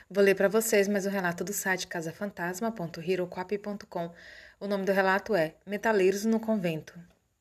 Vou ler para vocês mais um relato do site casafantasma.heroquap.com. O nome do relato é Metaleiros no Convento.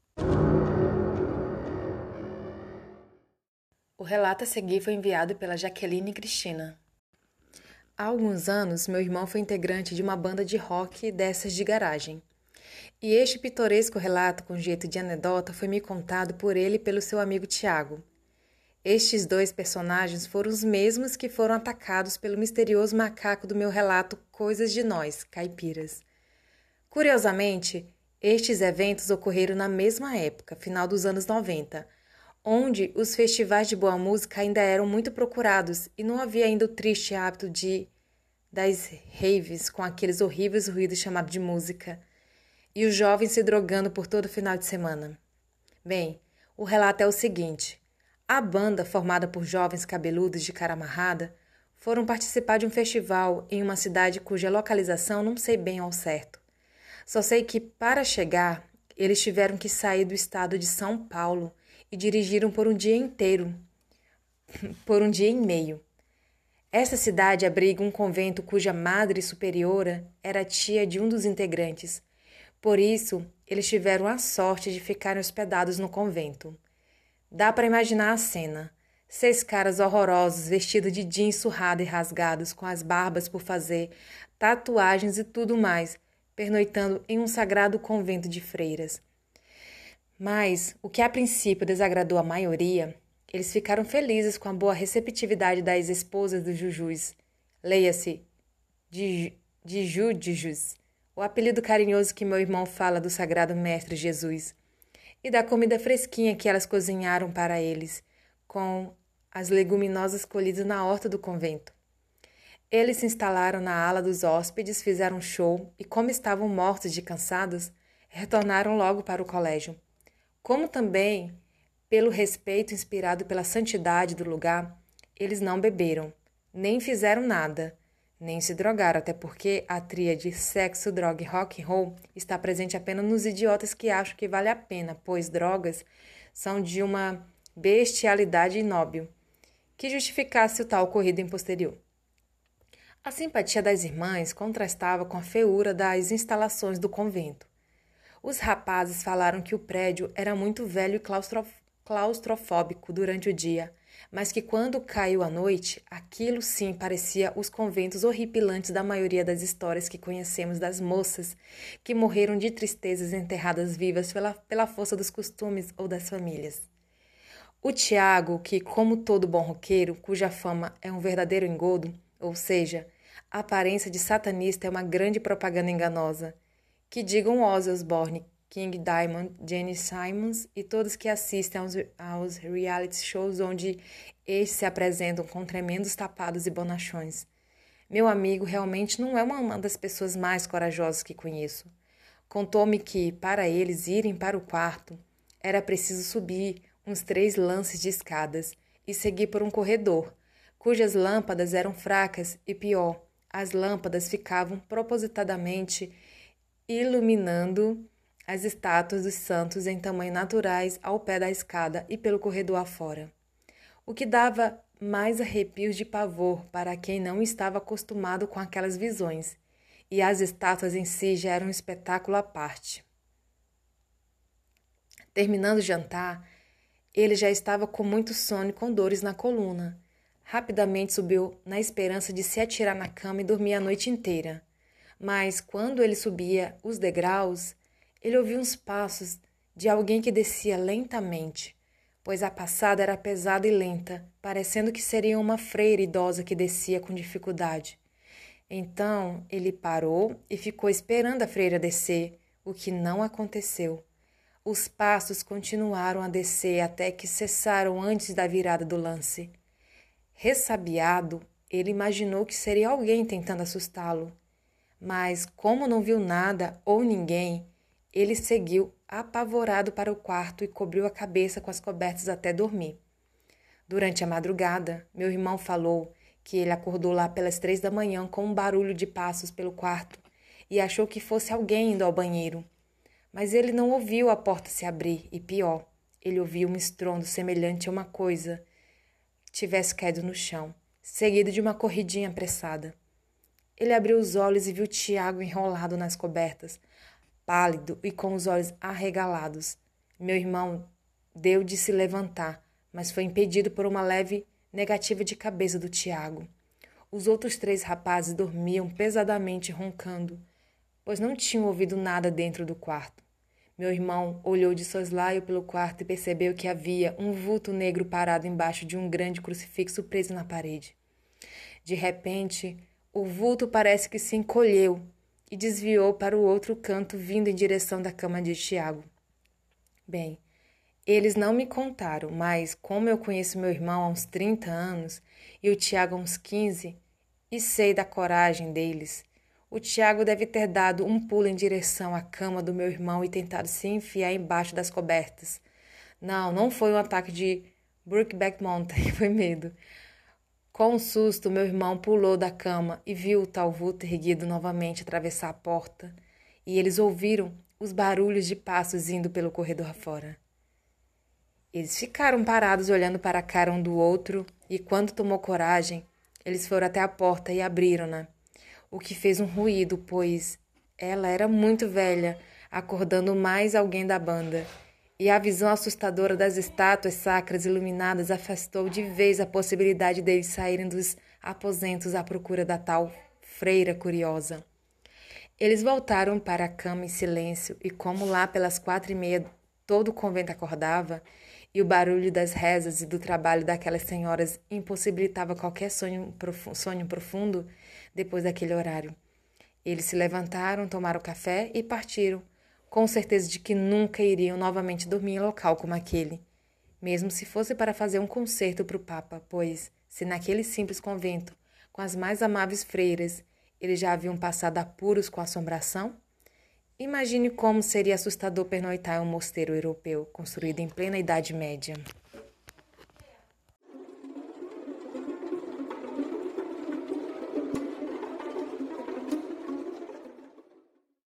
O relato a seguir foi enviado pela Jaqueline Cristina. Há alguns anos, meu irmão foi integrante de uma banda de rock dessas de garagem. E este pitoresco relato com jeito de anedota foi me contado por ele e pelo seu amigo Tiago. Estes dois personagens foram os mesmos que foram atacados pelo misterioso macaco do meu relato Coisas de Nós, Caipiras. Curiosamente, estes eventos ocorreram na mesma época, final dos anos 90, onde os festivais de boa música ainda eram muito procurados e não havia ainda o triste hábito das raves com aqueles horríveis ruídos chamados de música, e os jovens se drogando por todo final de semana. Bem, o relato é o seguinte. A banda, formada por jovens cabeludos de cara amarrada, foram participar de um festival em uma cidade cuja localização não sei bem ao certo. Só sei que, para chegar, eles tiveram que sair do estado de São Paulo e dirigiram por um dia inteiro, por um dia e meio. Essa cidade abriga um convento cuja madre superiora era tia de um dos integrantes. Por isso, eles tiveram a sorte de ficarem hospedados no convento. Dá para imaginar a cena. 6 caras horrorosos, vestidos de jeans surrado e rasgados, com as barbas por fazer, tatuagens e tudo mais, pernoitando em um sagrado convento de freiras. Mas, o que a princípio desagradou a maioria, eles ficaram felizes com a boa receptividade das esposas dos Jujus. Leia-se, de Jujus, o apelido carinhoso que meu irmão fala do Sagrado Mestre Jesus, e da comida fresquinha que elas cozinharam para eles, com as leguminosas colhidas na horta do convento. Eles se instalaram na ala dos hóspedes, fizeram um show e, como estavam mortos de cansados, retornaram logo para o colégio. Como também, pelo respeito inspirado pela santidade do lugar, eles não beberam, nem fizeram nada, nem se drogaram, até porque a tríade sexo, droga e rock and roll está presente apenas nos idiotas que acham que vale a pena, pois drogas são de uma bestialidade inóbil, que justificasse o tal ocorrido em posterior. A simpatia das irmãs contrastava com a feiura das instalações do convento. Os rapazes falaram que o prédio era muito velho e claustrofóbico durante o dia, mas que quando caiu a noite, aquilo sim parecia os conventos horripilantes da maioria das histórias que conhecemos das moças que morreram de tristezas enterradas vivas pela força dos costumes ou das famílias. O Tiago, que, como todo bom roqueiro, cuja fama é um verdadeiro engodo, ou seja, a aparência de satanista é uma grande propaganda enganosa, que digam Ozzy Osbourne, King Diamond, Jenny Simons e todos que assistem aos reality shows onde estes se apresentam com tremendos tapados e bonachões. Meu amigo realmente não é uma das pessoas mais corajosas que conheço. Contou-me que, para eles irem para o quarto, era preciso subir uns 3 lances de escadas e seguir por um corredor, cujas lâmpadas eram fracas e, pior, as lâmpadas ficavam propositadamente iluminando as estátuas dos santos em tamanho naturais ao pé da escada e pelo corredor afora, o que dava mais arrepios de pavor para quem não estava acostumado com aquelas visões, e as estátuas em si já eram um espetáculo à parte. Terminando o jantar, ele já estava com muito sono e com dores na coluna. Rapidamente subiu na esperança de se atirar na cama e dormir a noite inteira. Mas, quando ele subia os degraus, ele ouviu uns passos de alguém que descia lentamente, pois a passada era pesada e lenta, parecendo que seria uma freira idosa que descia com dificuldade. Então, ele parou e ficou esperando a freira descer, o que não aconteceu. Os passos continuaram a descer até que cessaram antes da virada do lance. Ressabiado, ele imaginou que seria alguém tentando assustá-lo. Mas, como não viu nada ou ninguém, ele seguiu apavorado para o quarto e cobriu a cabeça com as cobertas até dormir. Durante a madrugada, meu irmão falou que ele acordou lá pelas 3 da manhã com um barulho de passos pelo quarto e achou que fosse alguém indo ao banheiro. Mas ele não ouviu a porta se abrir e, pior, ele ouviu um estrondo semelhante a uma coisa tivesse caído no chão. seguido de uma corridinha apressada. Ele abriu os olhos e viu Tiago enrolado nas cobertas, pálido e com os olhos arregalados. Meu irmão deu de se levantar, mas foi impedido por uma leve negativa de cabeça do Tiago. Os outros 3 rapazes dormiam pesadamente roncando, pois não tinham ouvido nada dentro do quarto. Meu irmão olhou de soslaio pelo quarto e percebeu que havia um vulto negro parado embaixo de um grande crucifixo preso na parede. De repente, o vulto parece que se encolheu e desviou para o outro canto, vindo em direção da cama de Tiago. Bem, eles não me contaram, mas como eu conheço meu irmão há uns 30 anos e o Tiago há uns 15, e sei da coragem deles, o Tiago deve ter dado um pulo em direção à cama do meu irmão e tentado se enfiar embaixo das cobertas. Não foi um ataque de Brokeback Mountain, foi medo. Com um susto, meu irmão pulou da cama e viu o tal vulto erguido novamente atravessar a porta, e eles ouviram os barulhos de passos indo pelo corredor fora. Eles ficaram parados olhando para a cara um do outro e, quando tomou coragem, eles foram até a porta e abriram-na, o que fez um ruído, pois ela era muito velha, acordando mais alguém da banda, e a visão assustadora das estátuas sacras iluminadas afastou de vez a possibilidade deles saírem dos aposentos à procura da tal freira curiosa. Eles voltaram para a cama em silêncio, e como lá pelas 4:30 todo o convento acordava, e o barulho das rezas e do trabalho daquelas senhoras impossibilitava qualquer sonho profundo depois daquele horário. Eles se levantaram, tomaram café e partiram, com certeza de que nunca iriam novamente dormir em local como aquele, mesmo se fosse para fazer um concerto para o Papa, pois, se naquele simples convento, com as mais amáveis freiras, eles já haviam passado apuros com assombração, imagine como seria assustador pernoitar em um mosteiro europeu construído em plena Idade Média.